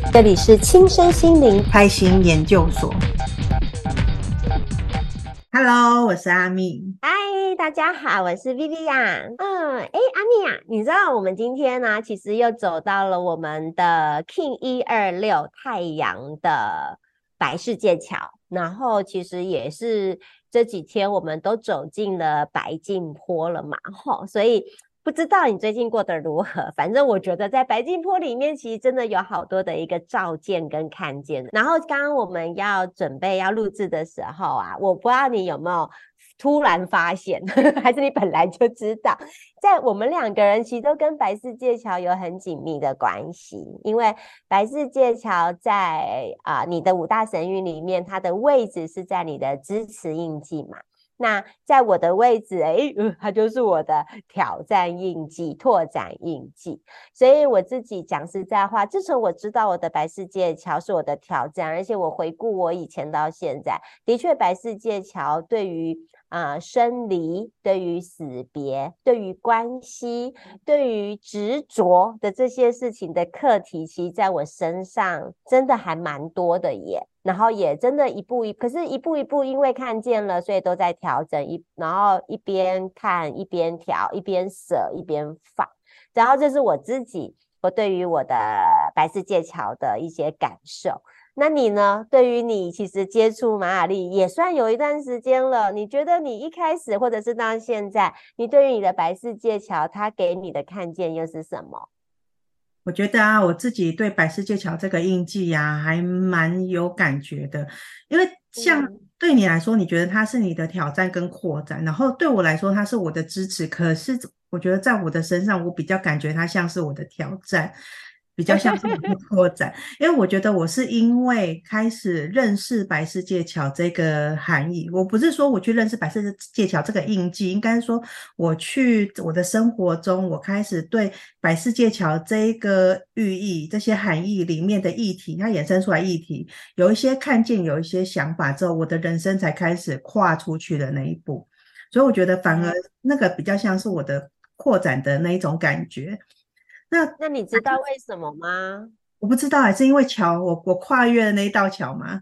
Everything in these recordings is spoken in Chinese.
这里是轻身心灵开心研究所。Hello，我是阿蜜。 嗨，大家好，我是 Vivian。阿米啊，你知道我们今天呢，其实又走到了我们的 King 126太阳的白世界桥，然后其实也是这几天我们都走进了白净坡了嘛，所以不知道你最近过得如何？反正我觉得在白净坡里面，其实真的有好多的一个照见跟看见。然后刚刚我们要准备要录制的时候啊，我不知道你有没有突然发现，还是你本来就知道，在我们两个人其实都跟白世界桥有很紧密的关系，因为白世界桥在你的五大神谕里面，它的位置是在你的支持印记嘛。那在我的位置，它就是我的挑战印记、拓展印记。所以我自己讲实在话，自从我知道我的白世界桥是我的挑战，而且我回顾我以前到现在，的确白世界桥对于生离，对于死别，对于关系，对于执着的这些事情的课题，其实在我身上真的还蛮多的耶。然后也真的可是一步一步因为看见了，所以都在调整，然后一边看一边调，一边舍一边放。然后这是我对于我的白世界桥的一些感受。那你呢？对于你其实接触马雅历也算有一段时间了，你觉得你一开始或者是到现在，你对于你的白世界桥，它给你的看见又是什么？ 我觉得我自己对百世界桥这个印记还蛮有感觉的，因为像嗯对你来说，你觉得它是你的挑战跟扩展，然后对我来说，它是我的支持。可是我觉得在我的身上，我比较感觉它像是我的挑战，比较像是我的扩展。因为我觉得我是因为开始认识白世界桥这个含义，我不是说我去认识白世界桥这个印记，应该说我去我的生活中，我开始对白世界桥这一个寓意、这些含义里面的议题，它衍生出来议题，有一些看见，有一些想法之后，我的人生才开始跨出去的那一步。所以我觉得反而那个比较像是我的扩展的那一种感觉。那那你知道为什么吗？ 我不知道是因为桥，我跨越了那一道桥吗？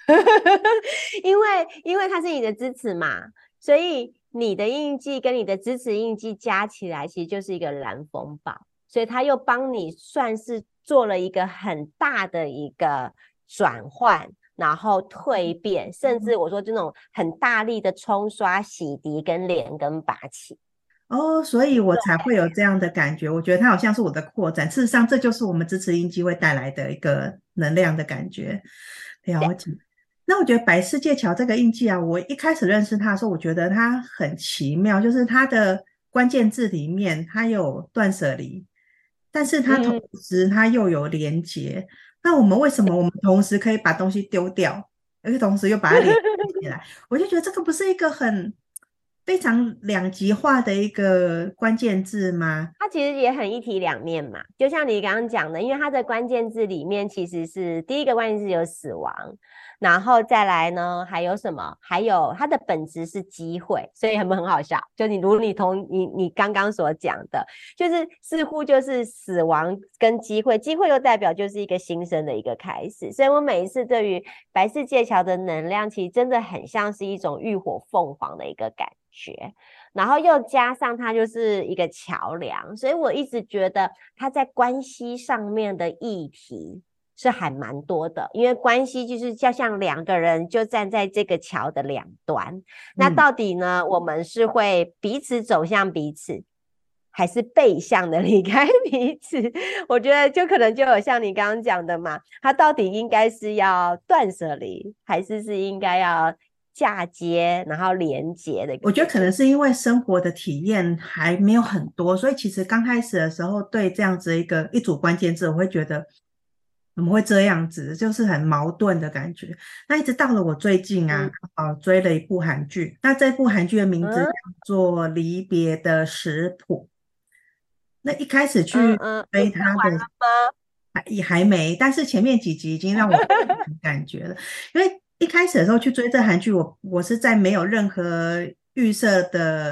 因为它是你的支持嘛，所以你的印记跟你的支持印记加起来，其实就是一个蓝风暴，所以它又帮你算是做了一个很大的一个转换，然后蜕变，甚至我说这种很大力的冲刷、洗涤、跟连根拔起。 哦，所以我才会有这样的感觉。我觉得它好像是我的扩展，事实上这就是我们支持音机会带来的一个能量的感觉。了解。那我觉得白世界桥这个印记我一开始认识它的时候，我觉得它很奇妙，就是它的关键字里面它有断舍离，但是它同嗯， 时它又有连结。那为什么我们同时可以把东西丢掉，而且同时又把它连起来？我就觉得这个不是一个非常两极化的一个关键字吗？ 它其实也很一体两面嘛，就像你刚刚讲的，因为它的关键字里面其实是第一个关键字有死亡，然后再来呢还有什么？还有它的本质是机会，所以很好笑。就你如你刚刚所讲的，就是似乎就是死亡跟机会，机会又代表就是一个新生的一个开始。所以我每一次对于白世界桥的能量，其实真的很像是一种浴火凤凰的一个感觉。然后又加上它就是一个桥梁，所以我一直觉得它在关系上面的议题是还蛮多的，因为关系就是就像两个人就站在这个桥的两端，那嗯。 到底呢，我们是会彼此走向彼此，还是背向的离开彼此？我觉得就可能就有像你刚刚讲的嘛，它到底应该是要断舍离，还是应该要嫁接，然后连接的一个我觉得可部分？ 能是因为生活的体验还没有很多，所以其实刚开始的时候，对这样子一组关键字，我会觉得怎么会这样子，就是很矛盾的感觉。那一直到了我最近嗯追了一部韩剧，那这部韩剧的名字叫嗯做《离别的食谱》。那一开始去嗯嗯，你追他的看完了吗？ 也还没，但是前面几集已经让我非常有感觉了。因为一开始的时候去追这韩剧，我是在没有任何预设的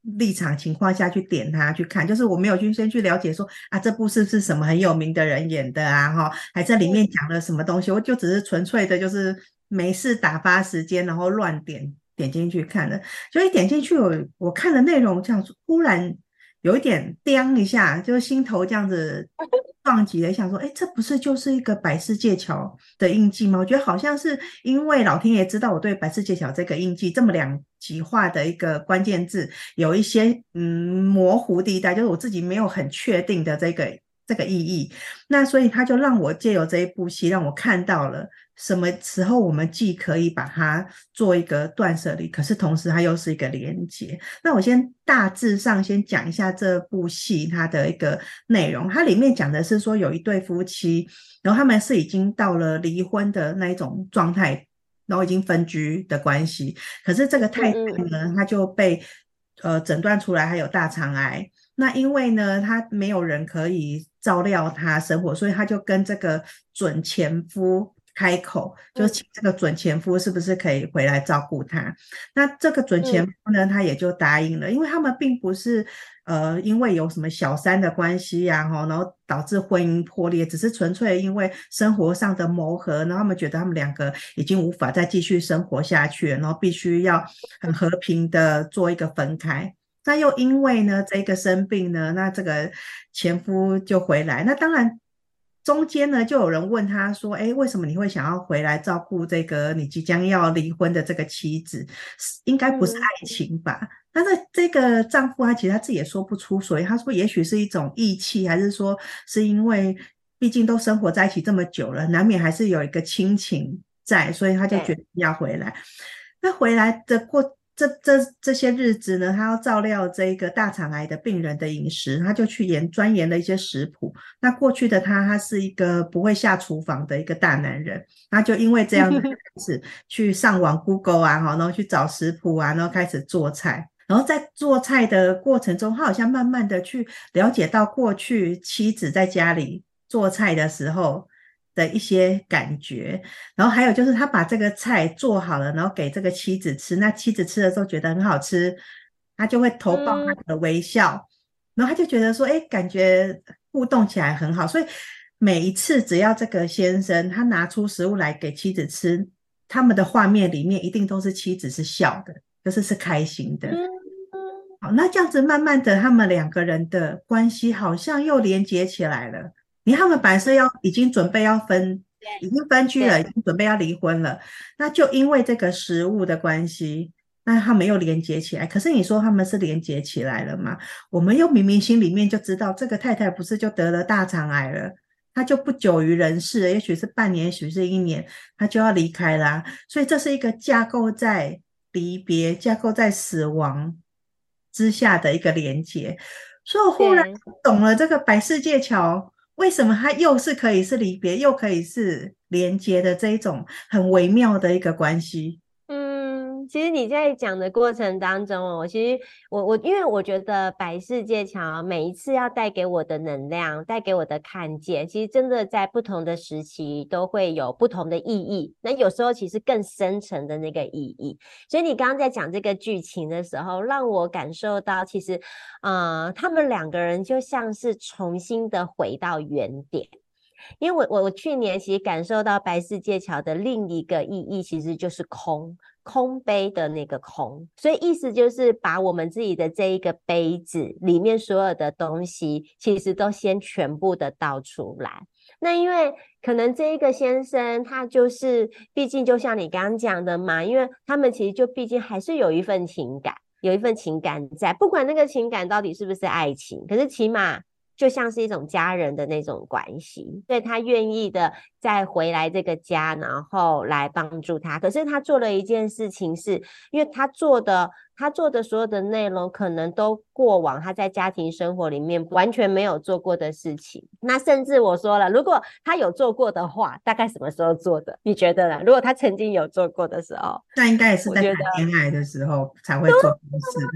立场情况下去点它去看，就是我没有先去了解说啊这部是不是什么很有名的人演的啊哈，还在里面讲了什么东西，我就只是纯粹的就是没事打发时间，然后乱点进去看了，就一点进去我看的内容这样忽然有一点叮一下，就是心头这样子撞击了，想说，哎，这不是就是一个百世界桥的印记吗？我觉得好像是因为老天爷知道我对百世界桥这个印记这么两极化的一个关键字有一些模糊地带，就是我自己没有很确定的这个意义。那所以他就让我借由这一部戏，让我看到了什么时候我们既可以把它做一个断舍离，可是同时它又是一个连结。那我先大致上先讲一下这部戏它的一个内容。它里面讲的是说有一对夫妻，然后他们是已经到了离婚的那一种状态，然后已经分居的关系。可是这个太太呢，她就被诊断出来还有大肠癌。那因为呢，她没有人可以照料她生活，所以她就跟这个准前夫开口，就请这个准前夫是不是可以回来照顾她。那这个准前夫呢，他也就答应了，因为他们并不是因为有什么小三的关系呀、然后导致婚姻破裂，只是纯粹因为生活上的磨合，然后他们觉得他们两个已经无法再继续生活下去了，然后必须要很和平的做一个分开。那又因为呢这个生病呢，那这个前夫就回来，那当然中间呢就有人问他说，哎，为什么你会想要回来照顾这个你即将要离婚的这个妻子？应该不是爱情吧？但是这个丈夫他其实他自己也说不出所以，他说也许是一种义气，还是说是因为毕竟都生活在一起这么久了，难免还是有一个亲情在，所以他就决定要回来。那回来的这些日子呢，他要照料这一个大肠癌的病人的饮食，他就去钻研了一些食谱。那过去的他是一个不会下厨房的一个大男人，那就因为这样子开始去上网 Google 啊，然后去找食谱啊，然后开始做菜。然后在做菜的过程中，他好像慢慢的去了解到过去妻子在家里做菜的时候的一些感觉，然后还有就是他把这个菜做好了，然后给这个妻子吃，那妻子吃的时候觉得很好吃，他就会投报他的微笑，然后他就觉得说，哎，感觉互动起来很好，所以每一次只要这个先生他拿出食物来给妻子吃，他们的画面里面一定都是妻子是笑的，就是开心的。好，那这样子慢慢的，他们两个人的关系好像又连接起来了。你他们本来是已经准备要已经分居了，已经准备要离婚了，那就因为这个食物的关系，那他们又连接起来。可是你说他们是连接起来了吗？我们又明明心里面就知道，这个太太不是就得了大肠癌了，她就不久于人世了，也许是半年，也许是1年，她就要离开啦。所以这是一个架构在离别、架构在死亡之下的一个连接。所以我忽然懂了这个百世界桥为什么它又是可以是离别，又可以是连接的这一种很微妙的一个关系。 其实你在讲的过程当中哦，其实因为我觉得百世界桥每一次要带给我的能量，带给我的看见，其实真的在不同的时期都会有不同的意义。那有时候其实更深层的那个意义。所以你刚刚在讲这个剧情的时候，让我感受到其实，他们两个人就像是重新的回到原点。因为我去年其实感受到白世界桥的另一个意义，其实就是空杯的那个空，所以意思就是把我们自己的这一个杯子里面所有的东西，其实都先全部的倒出来。那因为可能这一个先生他就是毕竟就像你刚刚讲的嘛，因为他们其实就毕竟还是有一份情感，有一份情感在，不管那个情感到底是不是爱情，可是起码就像是一种家人的那种关系，所以他愿意的再回来这个家，然后来帮助他。可是他做了一件事情是，因为他做的所有的内容可能都过往他在家庭生活里面完全没有做过的事情。那甚至我说了，如果他有做过的话，大概什么时候做的？你觉得呢？如果他曾经有做过的时候， 那应该也是在谈恋爱的时候才会做的事。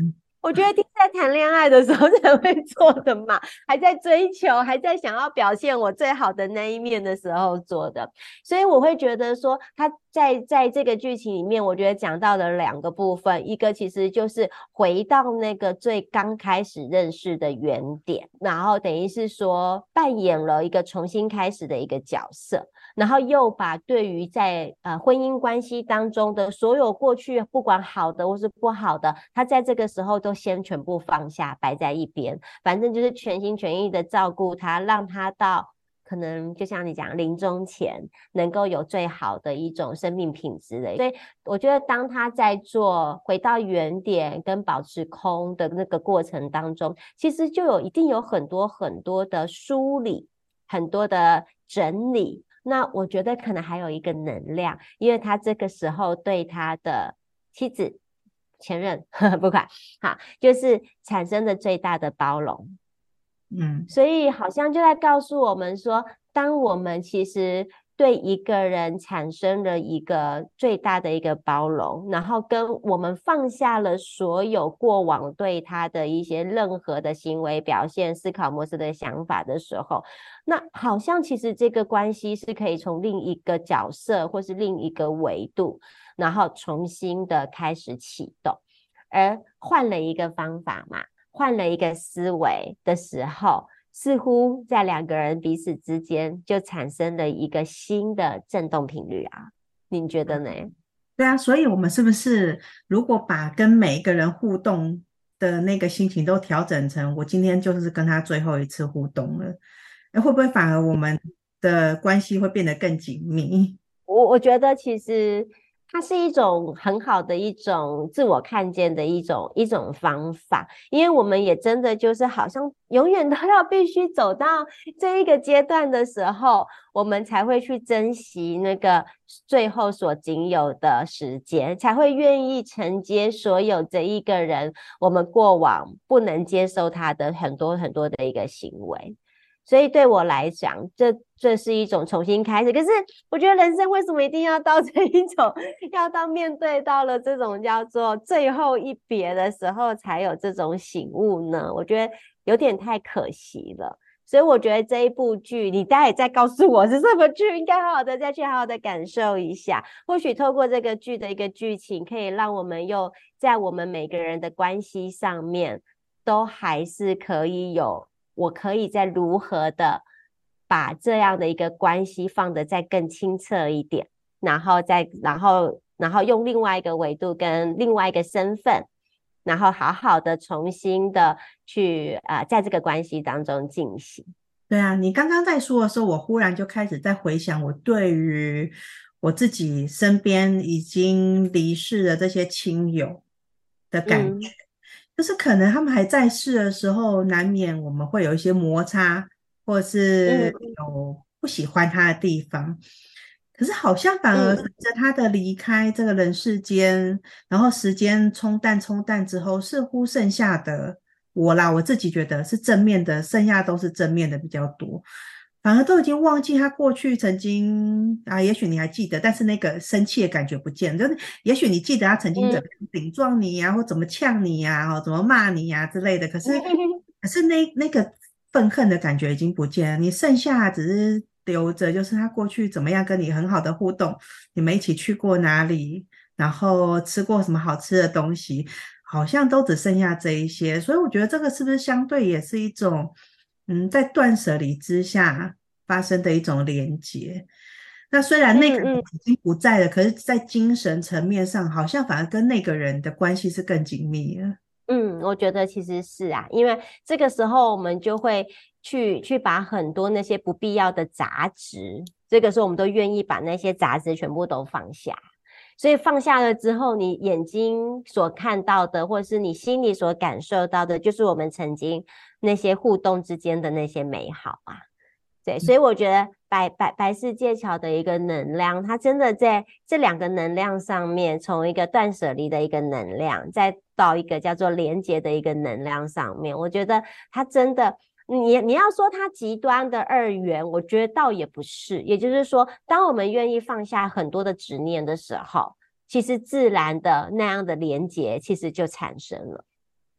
我觉得一定在谈恋爱的时候才会做的嘛，还在追求，还在想要表现我最好的那一面的时候做的。所以我会觉得说，他在这个剧情里面，我觉得讲到了两个部分，一个其实就是回到那个最刚开始认识的原点，然后等于是说扮演了一个重新开始的一个角色。然后又把对于在婚姻关系当中的所有过去不管好的或是不好的，他在这个时候都先全部放下，摆在一边，反正就是全心全意的照顾他，让他到可能就像你讲临终前能够有最好的一种生命品质的。所以我觉得当他在做回到原点跟保持空的那个过程当中，其实就一定有很多很多的梳理，很多的整理。那我觉得可能还有一个能量，因为他这个时候对他的妻子、前任不管好，就是产生的最大的包容。所以好像就在告诉我们说，当我们其实对一个人产生了一个最大的一个包容，然后跟我们放下了所有过往对他的一些任何的行为表现、思考模式的想法的时候，那好像其实这个关系是可以从另一个角色或是另一个维度，然后重新的开始启动，而换了一个方法嘛，换了一个思维的时候，似乎在两个人彼此之间就产生了一个新的振动频率啊，你觉得呢？ 对啊，所以我们是不是如果把跟每一个人互动的那个心情都调整成我今天就是跟他最后一次互动了，会不会反而我们的关系会变得更紧密？ 我觉得其实它是一种很好的一种自我看见的一种方法，因为我们也真的就是好像永远都要必须走到这一个阶段的时候，我们才会去珍惜那个最后所仅有的时间，才会愿意承接所有这一个人我们过往不能接受他的很多很多的一个行为。所以对我来讲，这是一种重新开始。可是我觉得人生为什么一定要到这一种，要到面对到了这种叫做最后一别的时候，才有这种醒悟呢？我觉得有点太可惜了。所以我觉得这一部剧，你待会再告诉我是什么剧，应该好好的再去好好的感受一下。或许透过这个剧的一个剧情，可以让我们又在我们每个人的关系上面，都还是可以有。我可以再如何的把这样的一个关系放得再更清澈一点，然后用另外一个维度跟另外一个身份，然后好好的重新的去在这个关系当中进行。 对啊，你刚刚在说的时候，我忽然就开始在回想我对于我自己身边已经离世的这些亲友的感觉，就是可能他们还在世的时候，难免我们会有一些摩擦，或是有不喜欢他的地方。可是好像反而随着他的离开这个人世间，然后时间冲淡之后，似乎剩下的我自己觉得是正面的，剩下都是正面的比较多。反而都已经忘记他过去曾经啊，也许你还记得，但是那个生气的感觉不见，就是也许你记得他曾经怎么顶撞你呀、或怎么呛你呀、怎么骂你呀、之类的，可是那个愤恨的感觉已经不见了，你剩下只是留着，就是他过去怎么样跟你很好的互动，你们一起去过哪里，然后吃过什么好吃的东西，好像都只剩下这一些，所以我觉得这个是不是相对也是一种，在断舍离之下发生的一种连结。那虽然那个人已经不在了，可是在精神层面上，好像反而跟那个人的关系是更紧密了。 我觉得其实是啊，因为这个时候我们就会去把很多那些不必要的杂质，这个时候我们都愿意把那些杂质全部都放下。所以放下了之后，你眼睛所看到的，或是你心里所感受到的，就是我们曾经那些互动之间的那些美好啊。对，所以我觉得白世界桥的一个能量，它真的在这两个能量上面，从一个断舍离的一个能量，再到一个叫做连结的一个能量上面，我觉得它真的，你要说它极端的二元，我觉得倒也不是。也就是说，当我们愿意放下很多的执念的时候，其实自然的那样的连结其实就产生了。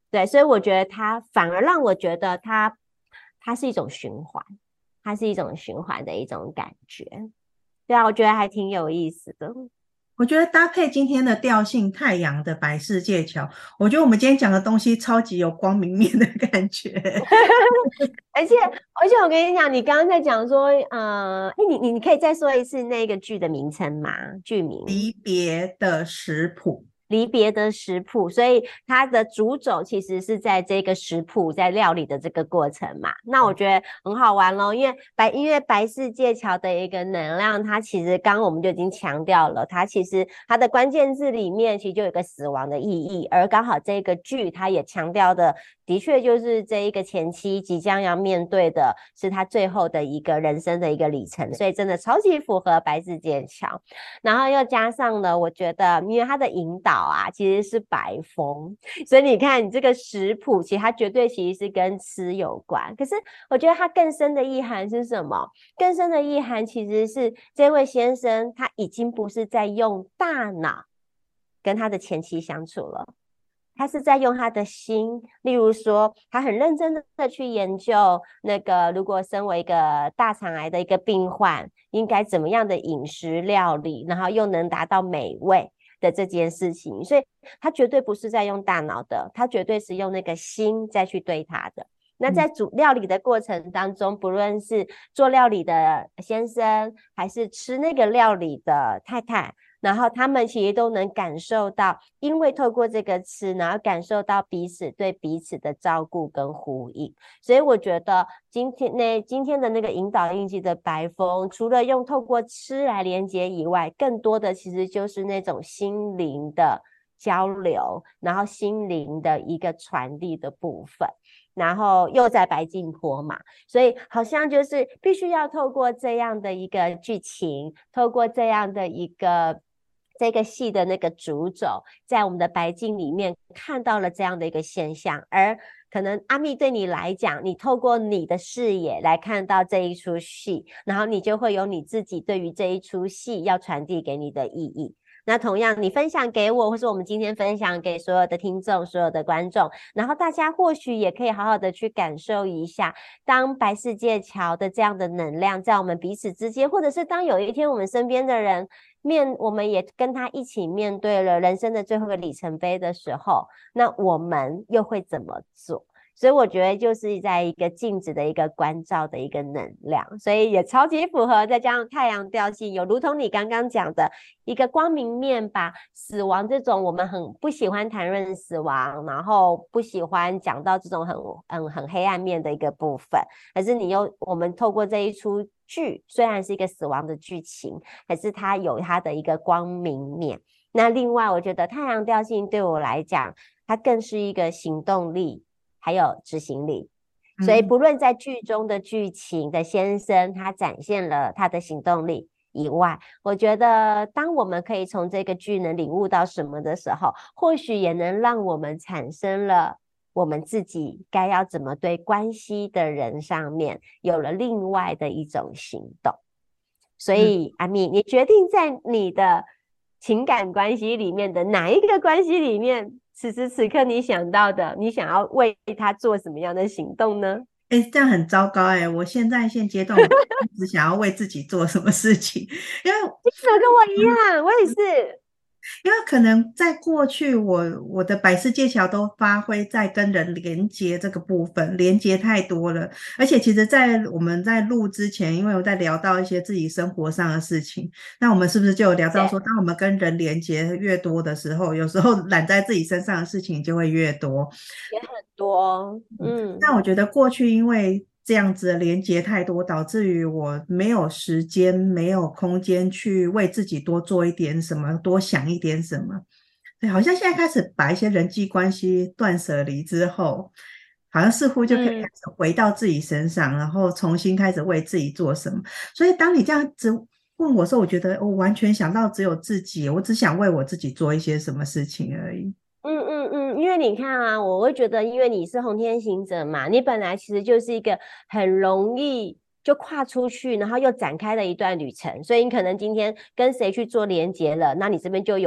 对，所以我觉得它反而让我觉得它是一种循环，它是一种循环的一种感觉。对啊，我觉得还挺有意思的。 我觉得搭配今天的调性，太阳的百世界桥，我觉得我们今天讲的东西超级有光明面的感觉。 而且我跟你讲，你刚刚在讲说，你可以再说一次那个剧的名称吗？剧名？ 离别的食谱。 离别的食谱，所以它的主轴其实是在这个食谱在料理的这个过程嘛。那我觉得很好玩咯，因为白世界桥的一个能量，它其实刚刚我们就已经强调了，它其实它的关键字里面其实就有一个死亡的意义，而刚好这个剧它也强调的确就是这一个前妻即将要面对的是他最后的一个人生的一个里程，所以真的超级符合白世界桥。然后又加上了，我觉得因为它的引导啊，其实是白风，所以你看你这个食谱，其实它绝对其实是跟吃有关。可是我觉得它更深的意涵是什么？更深的意涵其实是这位先生他已经不是在用大脑跟他的前妻相处了。他是在用他的心，例如说，他很认真的去研究那个，如果身为一个大肠癌的一个病患，应该怎么样的饮食料理，然后又能达到美味的这件事情。所以他绝对不是在用大脑的，他绝对是用那个心再去对他的。那在煮料理的过程当中，不论是做料理的先生，还是吃那个料理的太太，然后他们其实都能感受到，因为透过这个吃，然后感受到彼此对彼此的照顾跟呼应。所以我觉得今天的那个引导印记的白风，除了用透过吃来连接以外，更多的其实就是那种心灵的交流，然后心灵的一个传递的部分。然后又在白净坡嘛，所以好像就是必须要透过这样的一个剧情，透过这样的一个这个戏的那个主轴，在我们的白净里面看到了这样的一个现象，而可能阿密对你来讲，你透过你的视野来看到这一出戏，然后你就会有你自己对于这一出戏要传递给你的意义。那同样你分享给我，或是我们今天分享给所有的听众、所有的观众，然后大家或许也可以好好的去感受一下，当白世界桥的这样的能量在我们彼此之间，或者是当有一天我们身边的人我们也跟他一起面对了人生的最后一个里程碑的时候，那我们又会怎么做？所以我觉得就是在一个静止的一个关照的一个能量，所以也超级符合，再加上太阳调性，有如同你刚刚讲的一个光明面吧。死亡这种我们很不喜欢谈论死亡，然后不喜欢讲到这种很黑暗面的一个部分，可是我们透过这一出剧，虽然是一个死亡的剧情，可是它有它的一个光明面。那另外我觉得太阳调性对我来讲，它更是一个行动力还有执行力，所以不论在剧中的剧情的先生，他展现了他的行动力以外，我觉得当我们可以从这个剧能领悟到什么的时候，或许也能让我们产生了我们自己该要怎么对关系的人上面有了另外的一种行动。所以阿蜜，你决定在你的情感关系里面的哪一个关系里面，此时此刻你想到的，你想要为他做什么样的行动呢？ 这样很糟糕我现阶段我一直想要为自己做什么事情，因为你怎么跟我一样？我也是。 因为可能在过去我的百世界桥都发挥在跟人连接这个部分，连接太多了。而且其实在我们在录之前，因为我在聊到一些自己生活上的事情，那我们是不是就有聊到说，当我们跟人连接越多的时候，有时候揽在自己身上的事情就会越多， 也很多。 但我觉得过去因为这样子的连接太多，导致于我没有时间、没有空间去为自己多做一点什么，多想一点什么。对，好像现在开始把一些人际关系断舍离之后，好像似乎就可以开始回到自己身上，然后重新开始为自己做什么。所以当你这样子问我的时候，我觉得我完全想到只有自己，我只想为我自己做一些什么事情而已。 因为你看啊，我会觉得，因为你是红天行者嘛，你本来其实就是一个很容易就跨出去，然后又展开了一段旅程，所以你可能今天跟谁去做连结了，那你这边就有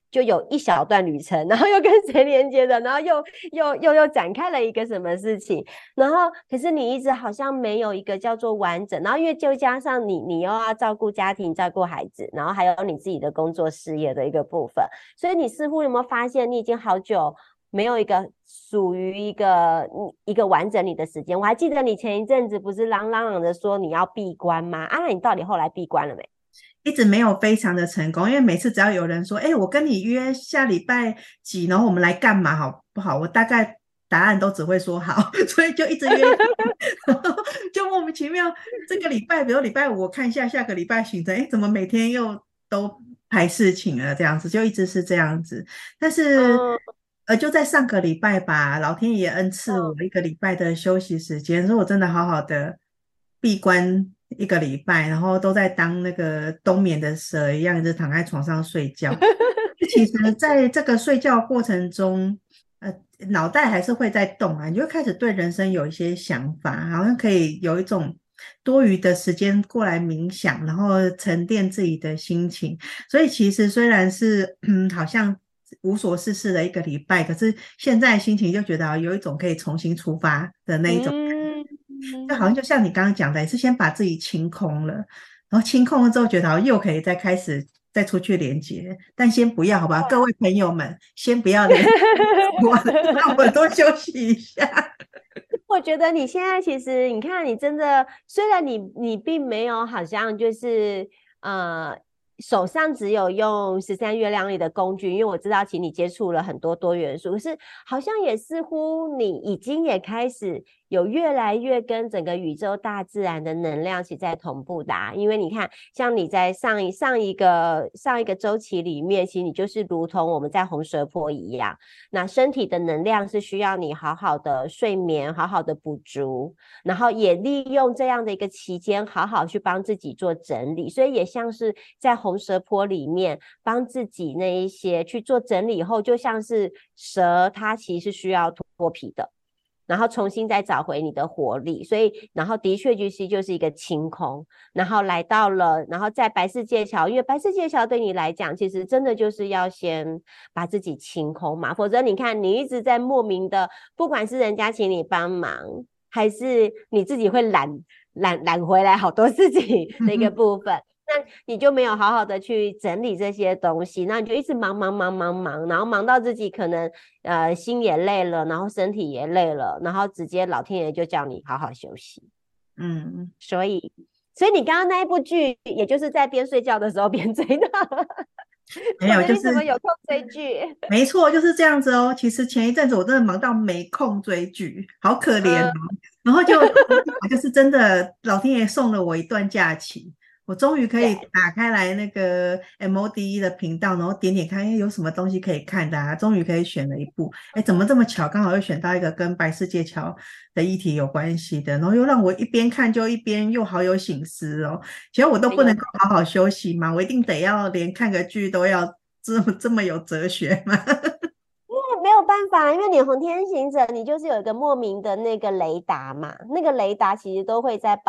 就有一小段旅程，然后又跟谁连接的，然后又展开了一个什么事情，然后可是你一直好像没有一个叫做完整，然后因为就加上你又要照顾家庭、照顾孩子，然后还有你自己的工作事业的一个部分，所以你似乎有没有发现，你已经好久没有一个属于一个完整你的时间？我还记得你前一阵子不是嚷嚷的说你要闭关吗？啊，那你到底后来闭关了没？ 一直没有非常的成功，因为每次只要有人说，哎，我跟你约下礼拜几，然后我们来干嘛，好不好？我大概答案都只会说好，所以就一直约，然后就莫名其妙，这个礼拜，比如礼拜五，我看一下下个礼拜行程，哎，怎么每天又都排事情了？这样子就一直是这样子，但是。 嗯就在上个礼拜吧，老天爷恩赐我一个礼拜的休息时间，所以我真的好好的闭关一个礼拜，然后都在当那个冬眠的蛇一样，一直躺在床上睡觉。其实，在这个睡觉过程中，呃，脑袋还是会在动啊，你就会开始对人生有一些想法，好像可以有一种多余的时间过来冥想，然后沉淀自己的心情。所以，其实虽然是好像无所事事的一个礼拜，可是现在心情就觉得有一种可以重新出发的那一种。 嗯， 就好像就像你刚刚讲的，也是先把自己清空了，然后清空了之后，觉得好像又可以再开始再出去连接，但先不要，好吧，各位朋友们，先不要连，让我多休息一下。 我觉得你现在其实，你看你真的，虽然你并没有好像就是手上只有用13月亮历的工具，因为我知道其实你接触了很多多元素，可是好像也似乎你已经也开始有越来越跟整个宇宙大自然的能量其实在同步的因为你看，像你在上一个周期里面，其实你就是如同我们在红蛇坡一样。那身体的能量是需要你好好的睡眠，好好的补足，然后也利用这样的一个期间，好好去帮自己做整理。所以也像是在红蛇坡里面帮自己那一些去做整理以后，就像是蛇，它其实是需要脱皮的。然后重新再找回你的活力，所以然后的确就是一个清空，然后来到了，然后在白世界桥，因为白世界桥对你来讲，其实真的就是要先把自己清空嘛，否则你看你一直在莫名的，不管是人家请你帮忙，还是你自己会懒回来好多事情的一个部分。那你就没有好好的去整理这些东西，那你就一直忙，然后忙到自己可能心也累了，然后身体也累了，然后直接老天爷就叫你好好休息。 嗯， 所以你刚刚那一部剧，也就是在边睡觉的时候边追的， 没有， 否则就是你怎么有空追剧？ 没错，就是这样子哦。其实前一阵子我真的忙到没空追剧，好可怜哦。然后就是真的，老天爷送了我一段假期，我终于可以对， 打开来那个 MOD 的频道，然后点点看，哎，有什么东西可以看的啊？终于可以选了一部，哎，怎么这么巧，刚好又选到一个跟白世界桥的议题有关系的，然后又让我一边看就一边又好有省思哦。其实我都不能够好好休息嘛，我一定得要连看个剧都要这么有哲学嘛。 没有办法，因为你红天行者，你就是有一个莫名的那个雷达嘛，那个雷达其实都会在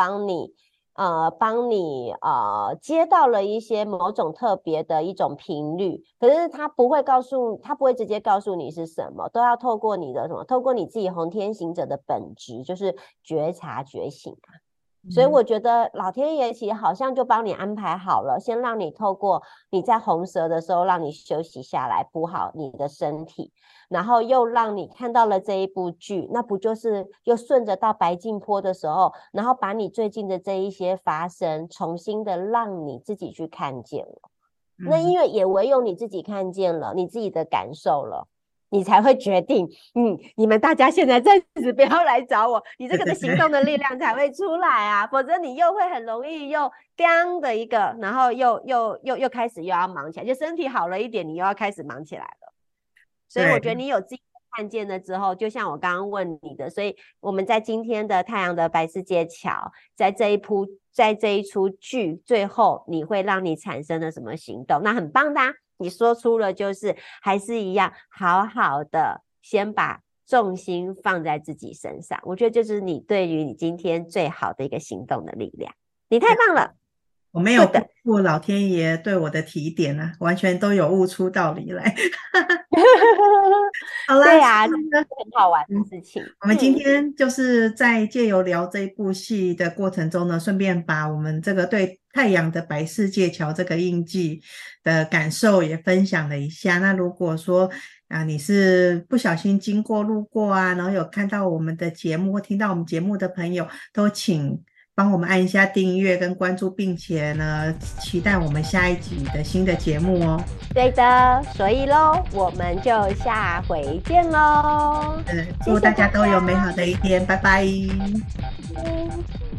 帮你接到了一些某种特别的一种频率，可是它不会直接告诉你是什么，都要透过你的什么，透过你自己红天行者的本质，就是觉察觉醒啊。所以嗯我觉得老天爷其实好像就帮你安排好了，先让你透过你在红蛇的时候，让你休息下来，补好你的身体，然后又让你看到了这一部剧，那不就是又顺着到白净坡的时候，然后把你最近的这一些发生，重新的让你自己去看见了。那嗯， 因为也唯有你自己看见了，你自己的感受了。你才会决定，你们大家现在暂时不要来找我，你这个的行对对对， 动的力量才会出来啊，否则你又会很容易又当的一个，然后又开始又要忙起来，就身体好了一点，你又要开始忙起来了。所以我觉得对， 你有自己看见了之后，就像我刚刚问你的，所以我们在今天的太阳的白世界桥，在这一出剧最后，你会让你产生了什么行动？那很棒的你说出了，就是还是一样，好好的先把重心放在自己身上。我觉得这是你对于你今天最好的一个行动的力量。你太棒了。 我没有辜负老天爷对我的提点啊，完全都有悟出道理来。好啦， 对啊，这是很好玩的事情。 我们今天就是在借由聊这一部戏的过程中呢，顺便把我们这个对太阳的百世界桥这个印记的感受也分享了一下。那如果说你是不小心经过路过啊，然后有看到我们的节目或听到我们节目的朋友，都请帮我们按一下订阅跟关注，并且呢，期待我们下一集的新的节目哦。 对的，所以咯，我们就下回见咯。 祝大家都有美好的一天，拜拜。 谢谢。